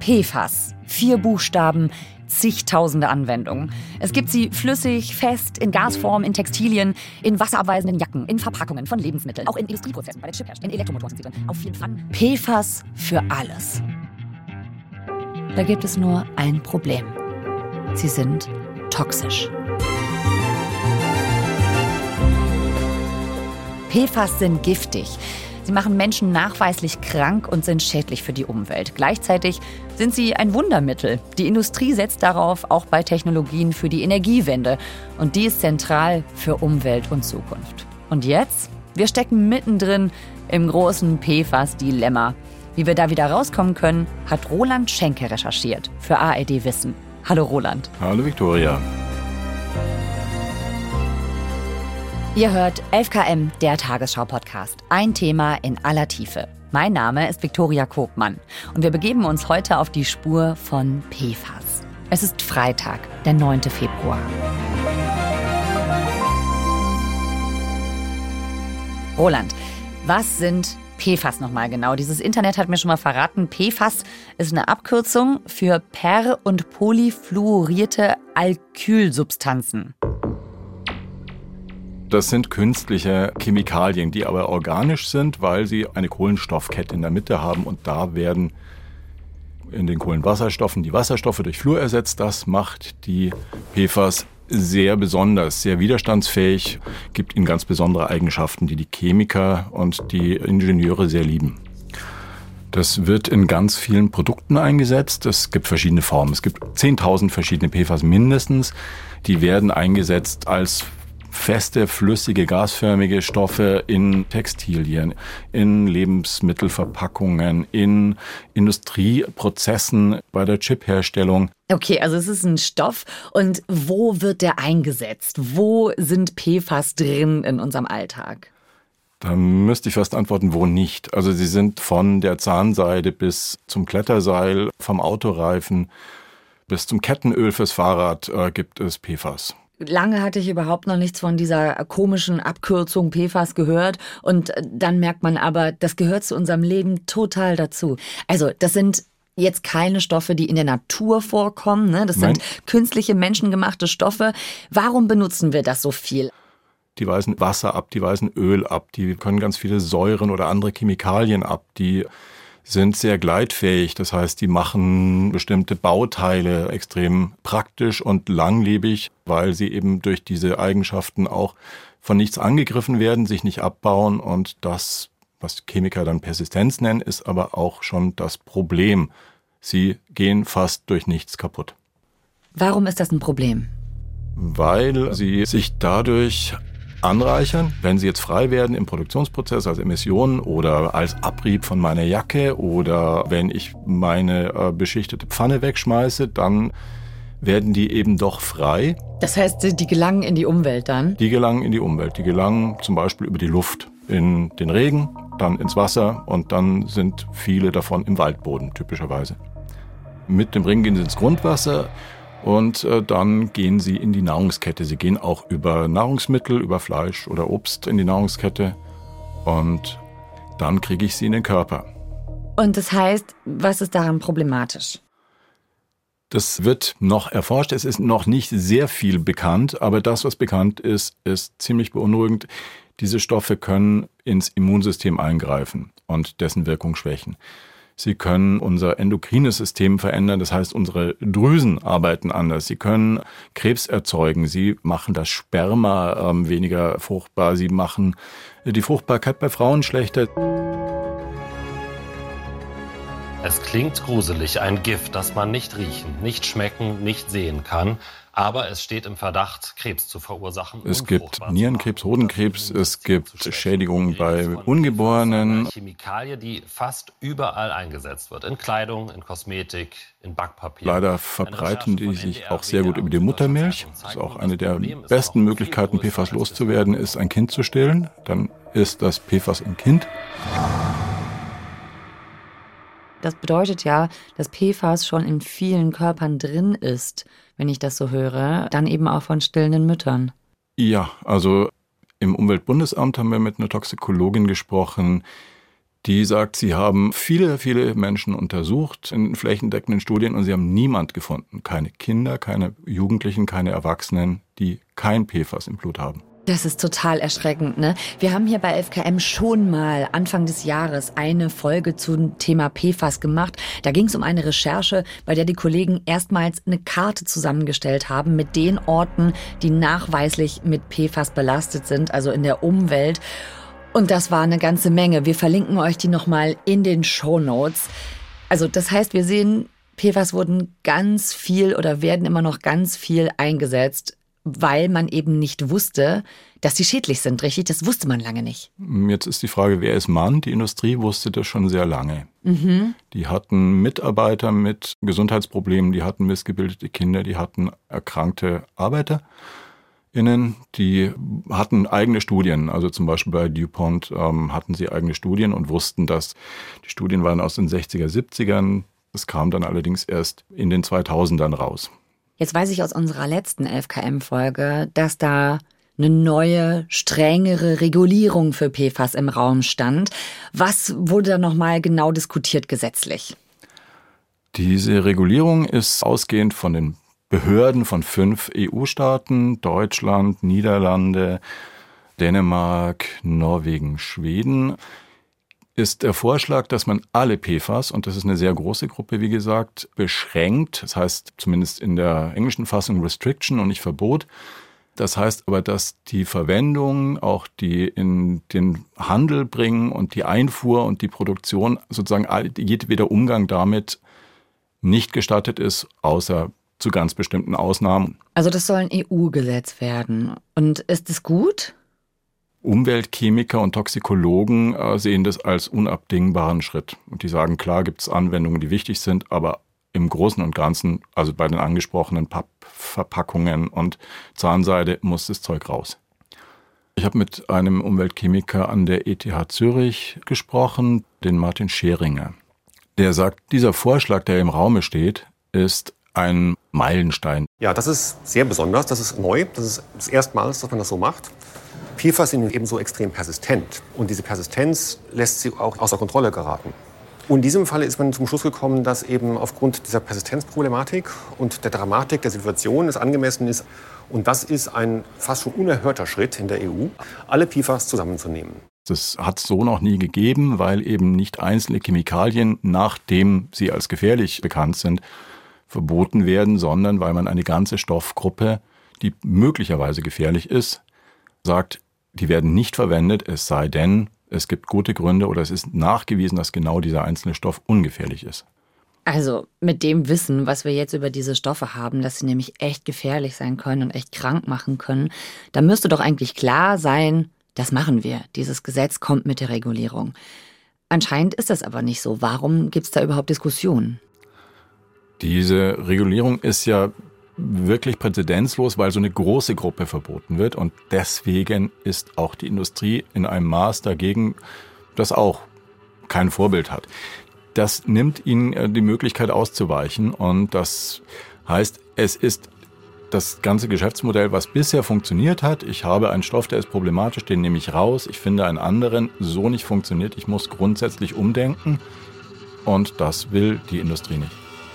PFAS. 4 Buchstaben, zigtausende Anwendungen. Es gibt sie flüssig, fest, in Gasform, in Textilien, in wasserabweisenden Jacken, in Verpackungen von Lebensmitteln, auch in Industrieprozessen, bei der Chipherstellung, in Elektromotoren sind sie drin. Auf jeden Fall. PFAS für alles. Da gibt es nur ein Problem. Sie sind toxisch. PFAS sind giftig. Sie machen Menschen nachweislich krank und sind schädlich für die Umwelt. Gleichzeitig sind sie ein Wundermittel. Die Industrie setzt darauf, auch bei Technologien für die Energiewende. Und die ist zentral für Umwelt und Zukunft. Und jetzt? Wir stecken mittendrin im großen PFAS-Dilemma. Wie wir da wieder rauskommen können, hat Roland Schenke recherchiert für ARD Wissen. Hallo Roland. Hallo Viktoria. Ihr hört 11KM, der Tagesschau-Podcast. Ein Thema in aller Tiefe. Mein Name ist Viktoria Kobmann und wir begeben uns heute auf die Spur von PFAS. Es ist Freitag, der 9. Februar. Roland, was sind PFAS nochmal genau? Dieses Internet hat mir schon mal verraten, PFAS ist eine Abkürzung für per- und polyfluorierte Alkylsubstanzen. Das sind künstliche Chemikalien, die aber organisch sind, weil sie eine Kohlenstoffkette in der Mitte haben. Und da werden in den Kohlenwasserstoffen die Wasserstoffe durch Fluor ersetzt. Das macht die PFAS sehr besonders, sehr widerstandsfähig, gibt ihnen ganz besondere Eigenschaften, die die Chemiker und die Ingenieure sehr lieben. Das wird in ganz vielen Produkten eingesetzt. Es gibt verschiedene Formen. Es gibt 10.000 verschiedene PFAS mindestens. Die werden eingesetzt als feste, flüssige, gasförmige Stoffe in Textilien, in Lebensmittelverpackungen, in Industrieprozessen, bei der Chipherstellung. Okay, also es ist ein Stoff. Und wo wird der eingesetzt? Wo sind PFAS drin in unserem Alltag? Da müsste ich fast antworten, wo nicht. Also sie sind von der Zahnseide bis zum Kletterseil, vom Autoreifen bis zum Kettenöl fürs Fahrrad gibt es PFAS. Lange hatte ich überhaupt noch nichts von dieser komischen Abkürzung PFAS gehört. Und dann merkt man aber, das gehört zu unserem Leben total dazu. Also das sind jetzt keine Stoffe, die in der Natur vorkommen, ne? Das sind künstliche, menschengemachte Stoffe. Warum benutzen wir das so viel? Die weisen Wasser ab, die weisen Öl ab, die können ganz viele Säuren oder andere Chemikalien ab, die sind sehr gleitfähig. Das heißt, die machen bestimmte Bauteile extrem praktisch und langlebig, weil sie eben durch diese Eigenschaften auch von nichts angegriffen werden, sich nicht abbauen. Und das, was Chemiker dann Persistenz nennen, ist aber auch schon das Problem. Sie gehen fast durch nichts kaputt. Warum ist das ein Problem? Weil sie sich dadurch anreichern, wenn sie jetzt frei werden im Produktionsprozess als Emissionen oder als Abrieb von meiner Jacke oder wenn ich meine beschichtete Pfanne wegschmeiße, dann werden die eben doch frei. Das heißt, die gelangen in die Umwelt dann? Die gelangen in die Umwelt. Die gelangen zum Beispiel über die Luft in den Regen, dann ins Wasser und dann sind viele davon im Waldboden typischerweise. Mit dem Regen gehen sie ins Grundwasser. Und dann gehen sie in die Nahrungskette. Sie gehen auch über Nahrungsmittel, über Fleisch oder Obst in die Nahrungskette. Und dann kriege ich sie in den Körper. Und das heißt, was ist daran problematisch? Das wird noch erforscht. Es ist noch nicht sehr viel bekannt. Aber das, was bekannt ist, ist ziemlich beunruhigend. Diese Stoffe können ins Immunsystem eingreifen und dessen Wirkung schwächen. Sie können unser endokrines System verändern, das heißt, unsere Drüsen arbeiten anders. Sie können Krebs erzeugen, sie machen das Sperma weniger fruchtbar, sie machen die Fruchtbarkeit bei Frauen schlechter. Es klingt gruselig, ein Gift, das man nicht riechen, nicht schmecken, nicht sehen kann. Aber es steht im Verdacht, Krebs zu verursachen. Es gibt Nierenkrebs, Hodenkrebs, es gibt Schädigungen bei Ungeborenen. Eine Chemikalie, die fast überall eingesetzt wird. In Kleidung, in Kosmetik, in Backpapier. Leider verbreiten die sich auch sehr gut über die Muttermilch. Das ist auch eine der besten Möglichkeiten, PFAS loszuwerden, ist ein Kind zu stillen. Dann ist das PFAS im Kind. Das bedeutet ja, dass PFAS schon in vielen Körpern drin ist, wenn ich das so höre, dann eben auch von stillenden Müttern. Ja, also im Umweltbundesamt haben wir mit einer Toxikologin gesprochen, Die sagt, sie haben viele, viele Menschen untersucht in flächendeckenden Studien und sie haben niemand gefunden. Keine Kinder, keine Jugendlichen, keine Erwachsenen, die kein PFAS im Blut haben. Das ist total erschreckend, ne? Wir haben hier bei 11KM schon mal Anfang des Jahres eine Folge zum Thema PFAS gemacht. Da ging es um eine Recherche, bei der die Kollegen erstmals eine Karte zusammengestellt haben mit den Orten, die nachweislich mit PFAS belastet sind, also in der Umwelt. Und das war eine ganze Menge. Wir verlinken euch die nochmal in den Shownotes. Also das heißt, wir sehen, PFAS wurden ganz viel oder werden immer noch ganz viel eingesetzt, weil man eben nicht wusste, dass sie schädlich sind, richtig? Das wusste man lange nicht. Jetzt ist die Frage, wer ist Mann? Die Industrie wusste das schon sehr lange. Die hatten Mitarbeiter mit Gesundheitsproblemen, die hatten missgebildete Kinder, die hatten erkrankte ArbeiterInnen, die hatten eigene Studien. Also zum Beispiel bei DuPont hatten sie eigene Studien und wussten, dass die Studien waren aus den 60er, 70ern. Das kam dann allerdings erst in den 2000ern raus. Jetzt weiß ich aus unserer letzten 11KM-Folge, dass da eine neue, strengere Regulierung für PFAS im Raum stand. Was wurde da nochmal genau diskutiert gesetzlich? Diese Regulierung ist ausgehend von den Behörden von 5 EU-Staaten, Deutschland, Niederlande, Dänemark, Norwegen, Schweden, ist der Vorschlag, dass man alle PFAS, und das ist eine sehr große Gruppe, wie gesagt, beschränkt. Das heißt zumindest in der englischen Fassung Restriction und nicht Verbot. Das heißt aber, dass die Verwendung, auch die in den Handel bringen und die Einfuhr und die Produktion, sozusagen jedweder Umgang damit nicht gestattet ist, außer zu ganz bestimmten Ausnahmen. Also das soll ein EU-Gesetz werden. Und ist es gut? Umweltchemiker und Toxikologen sehen das als unabdingbaren Schritt. Und die sagen, klar gibt es Anwendungen, die wichtig sind, aber im Großen und Ganzen, also bei den angesprochenen Pappverpackungen und Zahnseide, muss das Zeug raus. Ich habe mit einem Umweltchemiker an der ETH Zürich gesprochen, den Martin Scheringer. Der sagt, dieser Vorschlag, der im Raume steht, ist ein Meilenstein. Ja, das ist sehr besonders, das ist neu, das ist das erstmals, dass man das so macht. PFAS sind eben so extrem persistent und diese Persistenz lässt sie auch außer Kontrolle geraten. Und in diesem Fall ist man zum Schluss gekommen, dass eben aufgrund dieser Persistenzproblematik und der Dramatik der Situation es angemessen ist, und das ist ein fast schon unerhörter Schritt in der EU, alle PFAS zusammenzunehmen. Das hat es so noch nie gegeben, weil eben nicht einzelne Chemikalien, nachdem sie als gefährlich bekannt sind, verboten werden, sondern weil man eine ganze Stoffgruppe, die möglicherweise gefährlich ist, sagt, die werden nicht verwendet, es sei denn, es gibt gute Gründe oder es ist nachgewiesen, dass genau dieser einzelne Stoff ungefährlich ist. Also mit dem Wissen, was wir jetzt über diese Stoffe haben, dass sie nämlich echt gefährlich sein können und echt krank machen können, da müsste doch eigentlich klar sein, das machen wir. Dieses Gesetz kommt mit der Regulierung. Anscheinend ist das aber nicht so. Warum gibt es da überhaupt Diskussionen? Diese Regulierung ist ja wirklich präzedenzlos, weil so eine große Gruppe verboten wird. Und deswegen ist auch die Industrie in einem Maß dagegen, das auch kein Vorbild hat. Das nimmt ihnen die Möglichkeit auszuweichen. Und das heißt, es ist das ganze Geschäftsmodell, was bisher funktioniert hat. Ich habe einen Stoff, der ist problematisch, den nehme ich raus. Ich finde einen anderen, so nicht funktioniert. Ich muss grundsätzlich umdenken. Und das will die Industrie nicht.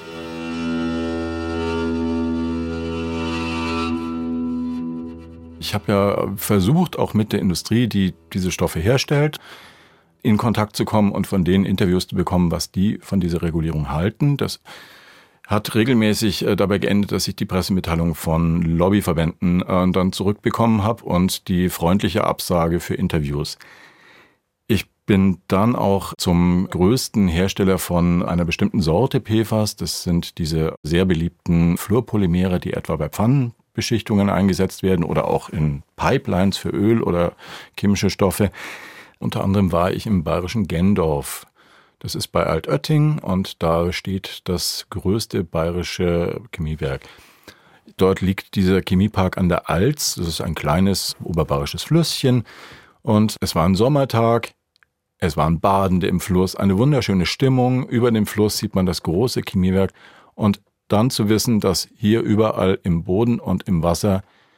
Ich habe ja versucht, auch mit der Industrie, die diese Stoffe herstellt, in Kontakt zu kommen und von denen Interviews zu bekommen, was die von dieser Regulierung halten. Das hat regelmäßig dabei geendet, dass ich die Pressemitteilung von Lobbyverbänden dann zurückbekommen habe und die freundliche Absage für Interviews. Ich bin dann auch zum größten Hersteller von einer bestimmten Sorte PFAS. Das sind diese sehr beliebten Fluorpolymere, die etwa bei Pfannenbeschichtungen eingesetzt werden oder auch in Pipelines für Öl oder chemische Stoffe. Unter anderem war ich im bayerischen Gendorf. Das ist bei Altötting und da steht das größte bayerische Chemiewerk. Dort liegt dieser Chemiepark an der Alz. Das ist ein kleines oberbayerisches Flüsschen. Und es war ein Sommertag. Es waren Badende im Fluss. Eine wunderschöne Stimmung. Über dem Fluss sieht man das große Chemiewerk. Und dann zu wissen, dass hier überall im Boden und im Wasser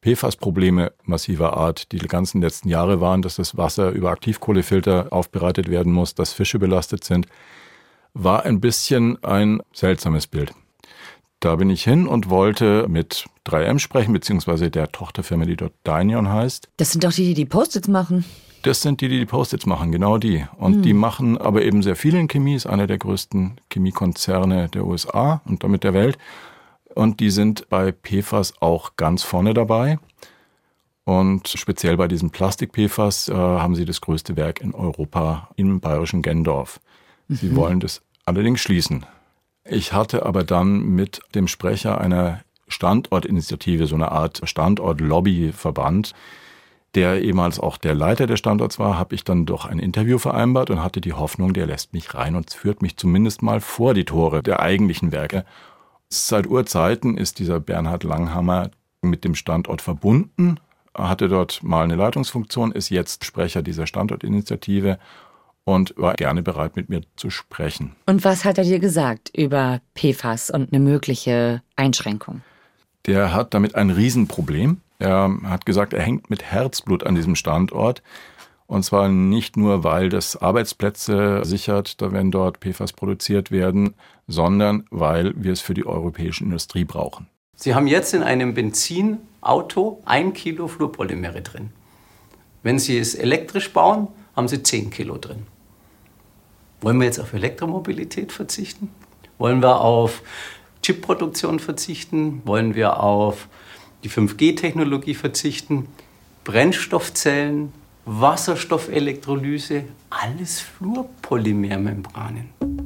PFAS-Probleme massiver Art die ganzen letzten Jahre waren, dass das Wasser über Aktivkohlefilter aufbereitet werden muss, dass Fische belastet sind, war ein bisschen ein seltsames Bild. Da bin ich hin und wollte mit 3M sprechen, beziehungsweise der Tochterfirma, die dort Dynion heißt. Das sind doch die Post-its machen. Das sind die Post-its machen, genau die. Und die machen aber eben sehr viel in Chemie, ist einer der größten Chemiekonzerne der USA und damit der Welt. Und die sind bei PFAS auch ganz vorne dabei. Und speziell bei diesem Plastik-PFAS haben sie das größte Werk in Europa im bayerischen Gendorf. Sie wollen das allerdings schließen. Ich hatte aber dann mit dem Sprecher einer Standortinitiative, so eine Art Standort-Lobby-Verband, der ehemals auch der Leiter des Standorts war, habe ich dann doch ein Interview vereinbart und hatte die Hoffnung, der lässt mich rein und führt mich zumindest mal vor die Tore der eigentlichen Werke. Seit Urzeiten ist dieser Bernhard Langhammer mit dem Standort verbunden, hatte dort mal eine Leitungsfunktion, ist jetzt Sprecher dieser Standortinitiative und war gerne bereit, mit mir zu sprechen. Und was hat er dir gesagt über PFAS und eine mögliche Einschränkung? Der hat damit ein Riesenproblem. Er hat gesagt, er hängt mit Herzblut an diesem Standort. Und zwar nicht nur, weil das Arbeitsplätze sichert, wenn dort PFAS produziert werden, sondern weil wir es für die europäische Industrie brauchen. Sie haben jetzt in einem Benzinauto 1 Kilo Fluorpolymere drin. Wenn Sie es elektrisch bauen, haben Sie 10 Kilo drin. Wollen wir jetzt auf Elektromobilität verzichten? Wollen wir auf Chipproduktion verzichten? Wollen wir auf die 5G-Technologie verzichten? Brennstoffzellen, Wasserstoffelektrolyse, alles Fluorpolymermembranen.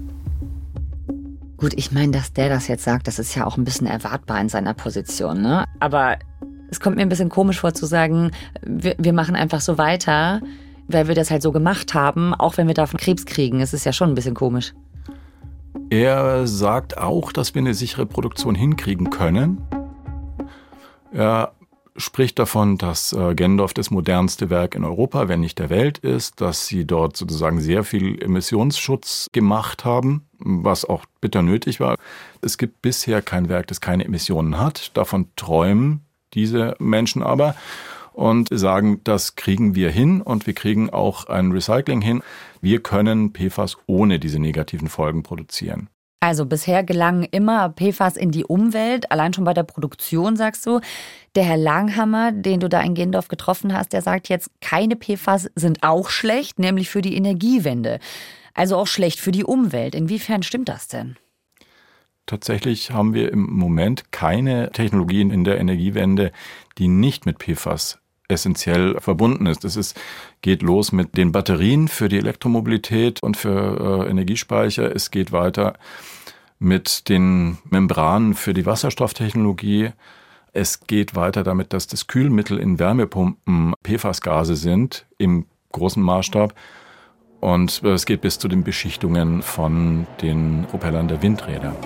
Gut, ich meine, dass der das jetzt sagt, das ist ja auch ein bisschen erwartbar in seiner Position, ne? Aber es kommt mir ein bisschen komisch vor zu sagen, wir machen einfach so weiter, weil wir das halt so gemacht haben, auch wenn wir davon Krebs kriegen. Es ist ja schon ein bisschen komisch. Er sagt auch, dass wir eine sichere Produktion hinkriegen können. Er spricht davon, dass Gendorf das modernste Werk in Europa, wenn nicht der Welt ist, dass sie dort sozusagen sehr viel Emissionsschutz gemacht haben, was auch bitter nötig war. Es gibt bisher kein Werk, das keine Emissionen hat. Davon träumen diese Menschen aber und sagen, das kriegen wir hin und wir kriegen auch ein Recycling hin. Wir können PFAS ohne diese negativen Folgen produzieren. Also bisher gelangen immer PFAS in die Umwelt, allein schon bei der Produktion, sagst du. Der Herr Langhammer, den du da in Gendorf getroffen hast, der sagt jetzt, keine PFAS sind auch schlecht, nämlich für die Energiewende. Also auch schlecht für die Umwelt. Inwiefern stimmt das denn? Tatsächlich haben wir im Moment keine Technologien in der Energiewende, die nicht mit PFAS essentiell verbunden ist. Geht los mit den Batterien für die Elektromobilität und für Energiespeicher. Es geht weiter mit den Membranen für die Wasserstofftechnologie. Es geht weiter damit, dass das Kühlmittel in Wärmepumpen PFAS-Gase sind im großen Maßstab. Und es geht bis zu den Beschichtungen von den Propellern der Windräder.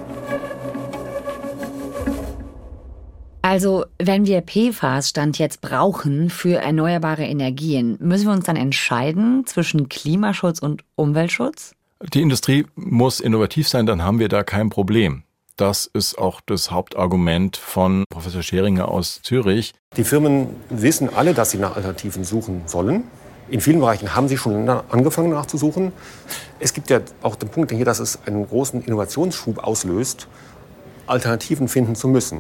Also, wenn wir PFAS Stand jetzt brauchen für erneuerbare Energien, müssen wir uns dann entscheiden zwischen Klimaschutz und Umweltschutz? Die Industrie muss innovativ sein, dann haben wir da kein Problem. Das ist auch das Hauptargument von Professor Scheringer aus Zürich. Die Firmen wissen alle, dass sie nach Alternativen suchen sollen. In vielen Bereichen haben sie schon angefangen nachzusuchen. Es gibt ja auch den Punkt hier, dass es einen großen Innovationsschub auslöst, Alternativen finden zu müssen.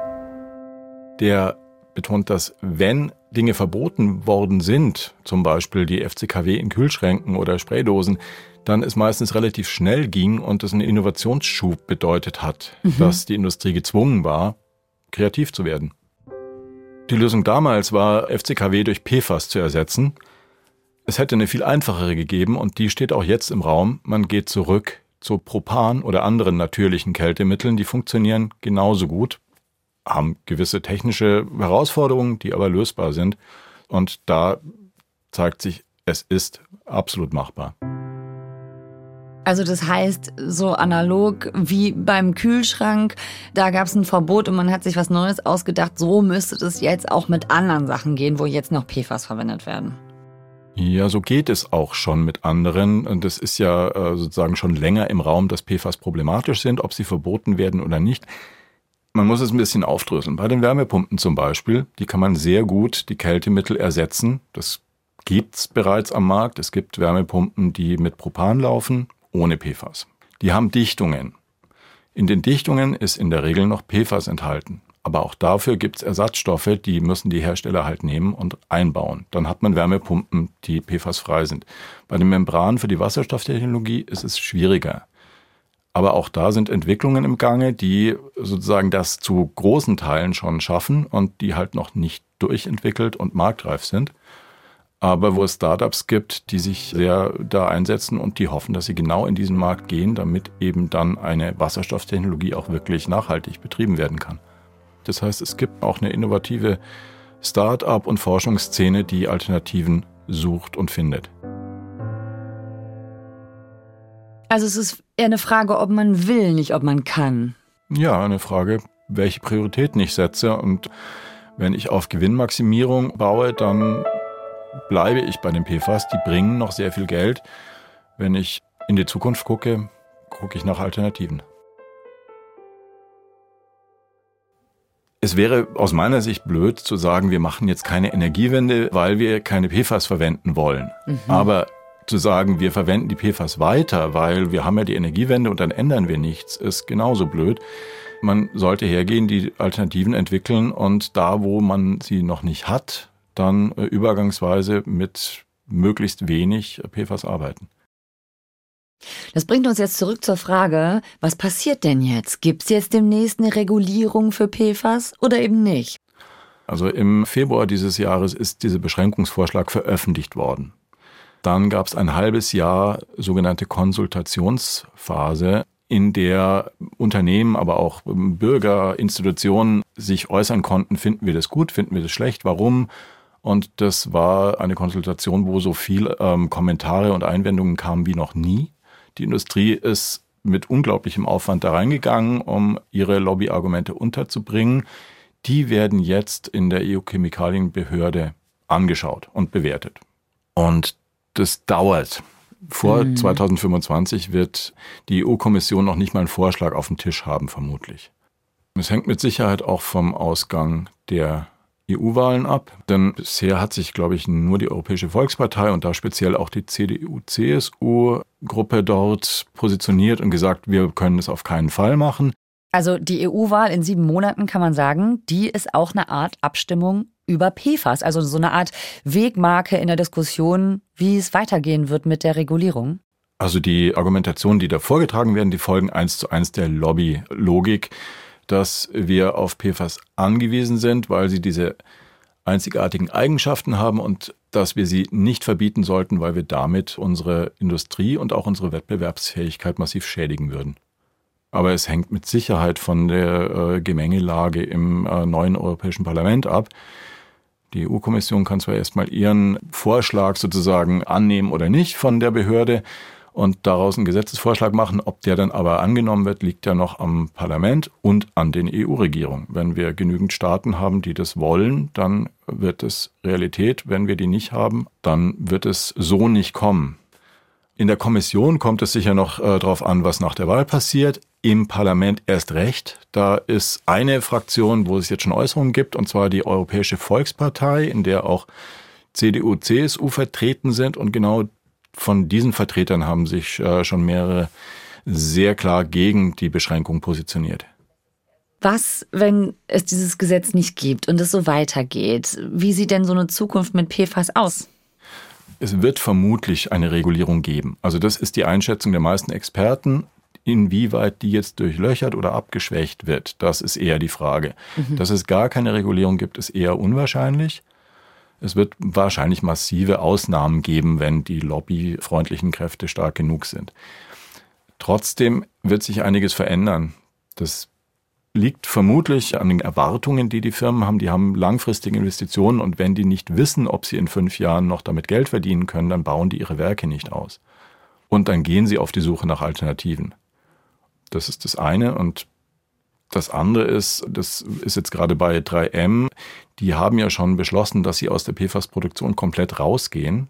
Der betont, dass wenn Dinge verboten worden sind, zum Beispiel die FCKW in Kühlschränken oder Spraydosen, dann es meistens relativ schnell ging und es einen Innovationsschub bedeutet hat, dass die Industrie gezwungen war, kreativ zu werden. Die Lösung damals war, FCKW durch PFAS zu ersetzen. Es hätte eine viel einfachere gegeben und die steht auch jetzt im Raum. Man geht zurück zu Propan oder anderen natürlichen Kältemitteln, die funktionieren genauso gut, haben gewisse technische Herausforderungen, die aber lösbar sind. Und da zeigt sich, es ist absolut machbar. Also das heißt, so analog wie beim Kühlschrank, da gab es ein Verbot und man hat sich was Neues ausgedacht. So müsste es jetzt auch mit anderen Sachen gehen, wo jetzt noch PFAS verwendet werden. Ja, so geht es auch schon mit anderen. Und es ist ja sozusagen schon länger im Raum, dass PFAS problematisch sind, ob sie verboten werden oder nicht. Man muss es ein bisschen aufdröseln. Bei den Wärmepumpen zum Beispiel, die kann man sehr gut die Kältemittel ersetzen. Das gibt's bereits am Markt. Es gibt Wärmepumpen, die mit Propan laufen, ohne PFAS. Die haben Dichtungen. In den Dichtungen ist in der Regel noch PFAS enthalten. Aber auch dafür gibt's Ersatzstoffe, die müssen die Hersteller halt nehmen und einbauen. Dann hat man Wärmepumpen, die PFAS-frei sind. Bei den Membranen für die Wasserstofftechnologie ist es schwieriger. Aber auch da sind Entwicklungen im Gange, die sozusagen das zu großen Teilen schon schaffen und die halt noch nicht durchentwickelt und marktreif sind. Aber wo es Startups gibt, die sich sehr da einsetzen und die hoffen, dass sie genau in diesen Markt gehen, damit eben dann eine Wasserstofftechnologie auch wirklich nachhaltig betrieben werden kann. Das heißt, es gibt auch eine innovative Start-up- und Forschungsszene, die Alternativen sucht und findet. Also es ist eher eine Frage, ob man will, nicht ob man kann. Ja, eine Frage, welche Prioritäten ich setze. Und wenn ich auf Gewinnmaximierung baue, dann bleibe ich bei den PFAS. Die bringen noch sehr viel Geld. Wenn ich in die Zukunft gucke, gucke ich nach Alternativen. Es wäre aus meiner Sicht blöd zu sagen, wir machen jetzt keine Energiewende, weil wir keine PFAS verwenden wollen. Aber zu sagen, wir verwenden die PFAS weiter, weil wir haben ja die Energiewende und dann ändern wir nichts, ist genauso blöd. Man sollte hergehen, die Alternativen entwickeln und da, wo man sie noch nicht hat, dann übergangsweise mit möglichst wenig PFAS arbeiten. Das bringt uns jetzt zurück zur Frage, was passiert denn jetzt? Gibt es jetzt demnächst eine Regulierung für PFAS oder eben nicht? Also im Februar dieses Jahres ist dieser Beschränkungsvorschlag veröffentlicht worden. Dann gab es ein halbes Jahr sogenannte Konsultationsphase, in der Unternehmen, aber auch Bürger, Institutionen sich äußern konnten, finden wir das gut, finden wir das schlecht, warum? Und das war eine Konsultation, wo so viel Kommentare und Einwendungen kamen wie noch nie. Die Industrie ist mit unglaublichem Aufwand da reingegangen, um ihre Lobbyargumente unterzubringen. Die werden jetzt in der EU-Chemikalienbehörde angeschaut und bewertet. Und das dauert. Vor 2025 wird die EU-Kommission noch nicht mal einen Vorschlag auf dem Tisch haben, vermutlich. Es hängt mit Sicherheit auch vom Ausgang der EU-Wahlen ab. Denn bisher hat sich, glaube ich, nur die Europäische Volkspartei und da speziell auch die CDU-CSU-Gruppe dort positioniert und gesagt, wir können es auf keinen Fall machen. Also die EU-Wahl in 7 Monaten, kann man sagen, die ist auch eine Art Abstimmung über PFAS. Also so eine Art Wegmarke in der Diskussion, wie es weitergehen wird mit der Regulierung. Also die Argumentationen, die da vorgetragen werden, die folgen 1:1 der Lobby-Logik, dass wir auf PFAS angewiesen sind, weil sie diese einzigartigen Eigenschaften haben und dass wir sie nicht verbieten sollten, weil wir damit unsere Industrie und auch unsere Wettbewerbsfähigkeit massiv schädigen würden. Aber es hängt mit Sicherheit von der Gemengelage im neuen Europäischen Parlament ab. Die EU-Kommission kann zwar erstmal ihren Vorschlag sozusagen annehmen oder nicht von der Behörde und daraus einen Gesetzesvorschlag machen. Ob der dann aber angenommen wird, liegt ja noch am Parlament und an den EU-Regierungen. Wenn wir genügend Staaten haben, die das wollen, dann wird es Realität. Wenn wir die nicht haben, dann wird es so nicht kommen. In der Kommission kommt es sicher noch darauf an, was nach der Wahl passiert. Im Parlament erst recht. Da ist eine Fraktion, wo es jetzt schon Äußerungen gibt, und zwar die Europäische Volkspartei, in der auch CDU, CSU vertreten sind. Und genau von diesen Vertretern haben sich schon mehrere sehr klar gegen die Beschränkung positioniert. Was, wenn es dieses Gesetz nicht gibt und es so weitergeht? Wie sieht denn so eine Zukunft mit PFAS aus? Es wird vermutlich eine Regulierung geben. Also das ist die Einschätzung der meisten Experten. Inwieweit die jetzt durchlöchert oder abgeschwächt wird, das ist eher die Frage. Dass es gar keine Regulierung gibt, ist eher unwahrscheinlich. Es wird wahrscheinlich massive Ausnahmen geben, wenn die lobbyfreundlichen Kräfte stark genug sind. Trotzdem wird sich einiges verändern. Das liegt vermutlich an den Erwartungen, die die Firmen haben. Die haben langfristige Investitionen und wenn die nicht wissen, ob sie in 5 Jahren noch damit Geld verdienen können, dann bauen die ihre Werke nicht aus. Und dann gehen sie auf die Suche nach Alternativen. Das ist das eine. Und das andere ist, das ist jetzt gerade bei 3M, die haben ja schon beschlossen, dass sie aus der PFAS-Produktion komplett rausgehen,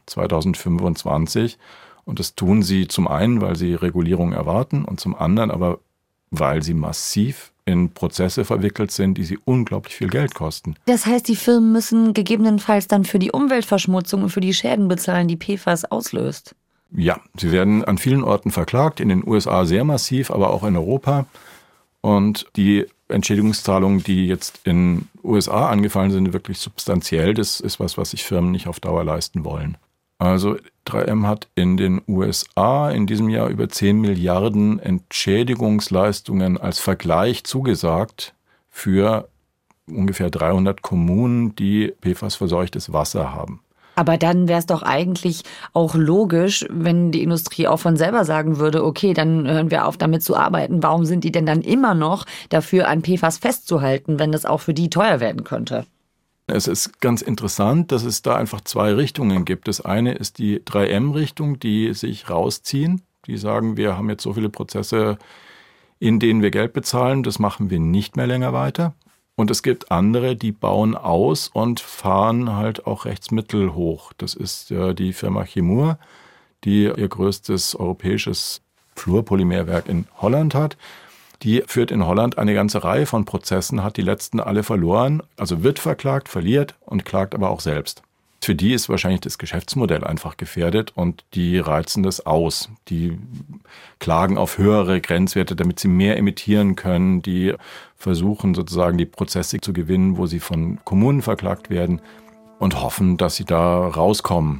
2025. Und das tun sie zum einen, weil sie Regulierung erwarten und zum anderen aber, weil sie massiv in Prozesse verwickelt sind, die sie unglaublich viel Geld kosten. Das heißt, die Firmen müssen gegebenenfalls dann für die Umweltverschmutzung und für die Schäden bezahlen, die PFAS auslöst. Ja, sie werden an vielen Orten verklagt, in den USA sehr massiv, aber auch in Europa. Und die Entschädigungszahlungen, die jetzt in den USA angefallen sind, wirklich substanziell. Das ist was sich Firmen nicht auf Dauer leisten wollen. Also 3M hat in den USA in diesem Jahr über 10 Milliarden Entschädigungsleistungen als Vergleich zugesagt für ungefähr 300 Kommunen, die PFAS-verseuchtes Wasser haben. Aber dann wäre es doch eigentlich auch logisch, wenn die Industrie auch von selber sagen würde, okay, dann hören wir auf damit zu arbeiten. Warum sind die denn dann immer noch dafür, an PFAS festzuhalten, wenn das auch für die teuer werden könnte? Es ist ganz interessant, dass es da einfach 2 Richtungen gibt. Das eine ist die 3M-Richtung, die sich rausziehen. Die sagen, wir haben jetzt so viele Prozesse, in denen wir Geld bezahlen, das machen wir nicht mehr länger weiter. Und es gibt andere, die bauen aus und fahren halt auch Rechtsmittel hoch. Das ist die Firma Chemour, die ihr größtes europäisches Fluorpolymerwerk in Holland hat. Die führt in Holland eine ganze Reihe von Prozessen, hat die letzten alle verloren, also wird verklagt, verliert und klagt aber auch selbst. Für die ist wahrscheinlich das Geschäftsmodell einfach gefährdet und die reizen das aus. Die klagen auf höhere Grenzwerte, damit sie mehr emittieren können. Die versuchen sozusagen die Prozesse zu gewinnen, wo sie von Kommunen verklagt werden und hoffen, dass sie da rauskommen.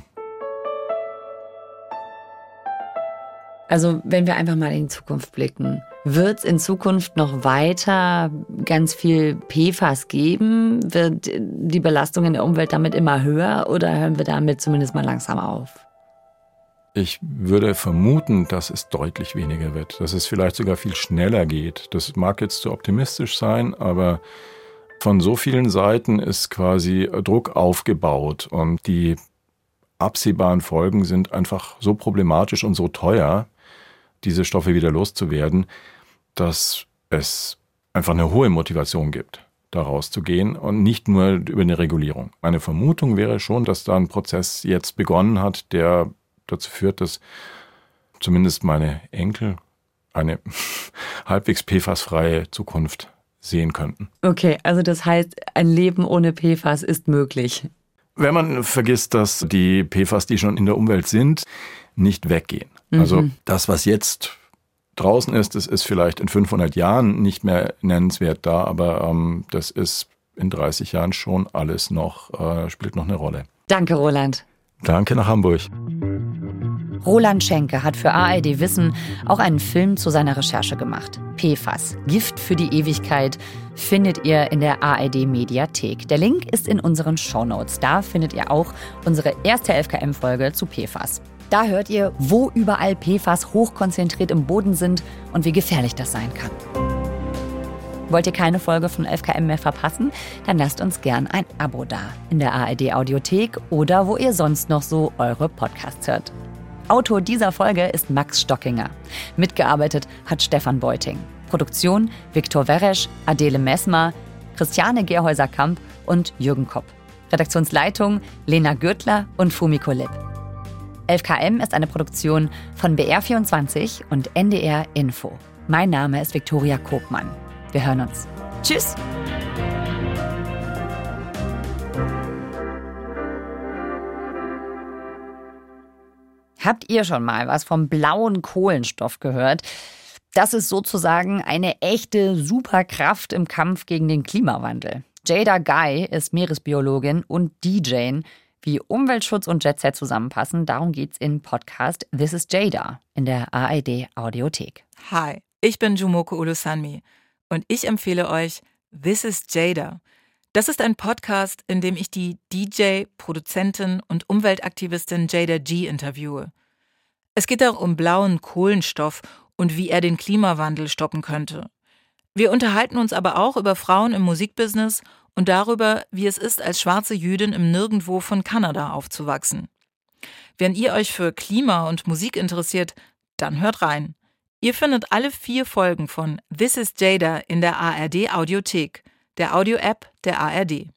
Also wenn wir einfach mal in die Zukunft blicken, wird es in Zukunft noch weiter ganz viel PFAS geben? Wird die Belastung in der Umwelt damit immer höher oder hören wir damit zumindest mal langsam auf? Ich würde vermuten, dass es deutlich weniger wird, dass es vielleicht sogar viel schneller geht. Das mag jetzt zu optimistisch sein, aber von so vielen Seiten ist quasi Druck aufgebaut und die absehbaren Folgen sind einfach so problematisch und so teuer, diese Stoffe wieder loszuwerden, dass es einfach eine hohe Motivation gibt, da rauszugehen und nicht nur über eine Regulierung. Meine Vermutung wäre schon, dass da ein Prozess jetzt begonnen hat, der dazu führt, dass zumindest meine Enkel eine halbwegs PFAS-freie Zukunft sehen könnten. Okay, also das heißt, ein Leben ohne PFAS ist möglich. Wenn man vergisst, dass die PFAS, die schon in der Umwelt sind, nicht weggehen. Also das, was jetzt draußen ist, das ist vielleicht in 500 Jahren nicht mehr nennenswert da, aber das ist in 30 Jahren schon alles noch, spielt noch eine Rolle. Danke, Roland. Danke nach Hamburg. Roland Schenke hat für ARD Wissen auch einen Film zu seiner Recherche gemacht. PFAS, Gift für die Ewigkeit, findet ihr in der ARD Mediathek. Der Link ist in unseren Shownotes. Da findet ihr auch unsere erste 11KM-Folge zu PFAS. Da hört ihr, wo überall PFAS hochkonzentriert im Boden sind und wie gefährlich das sein kann. Wollt ihr keine Folge von 11KM mehr verpassen? Dann lasst uns gern ein Abo da. In der ARD Audiothek oder wo ihr sonst noch so eure Podcasts hört. Autor dieser Folge ist Max Stockinger. Mitgearbeitet hat Stefan Beuting. Produktion Viktor Weresch, Adele Messmer, Christiane Gerhäuser-Kamp und Jürgen Kopp. Redaktionsleitung Lena Gürtler und Fumiko Lipp. 11KM ist eine Produktion von BR24 und NDR Info. Mein Name ist Viktoria Kobmann. Wir hören uns. Tschüss! Habt ihr schon mal was vom blauen Kohlenstoff gehört? Das ist sozusagen eine echte Superkraft im Kampf gegen den Klimawandel. Jada Guy ist Meeresbiologin und DJ. Wie Umweltschutz und Jet Set zusammenpassen, darum geht's im Podcast This is Jada in der ARD Audiothek. Hi, ich bin Jumoko Ulusanmi und ich empfehle euch This is Jada. Das ist ein Podcast, in dem ich die DJ, Produzentin und Umweltaktivistin Jada G interviewe. Es geht auch um blauen Kohlenstoff und wie er den Klimawandel stoppen könnte. Wir unterhalten uns aber auch über Frauen im Musikbusiness und darüber, wie es ist, als schwarze Jüdin im Nirgendwo von Kanada aufzuwachsen. Wenn ihr euch für Klima und Musik interessiert, dann hört rein. Ihr findet alle 4 Folgen von This is Jada in der ARD Audiothek, der Audio-App der ARD.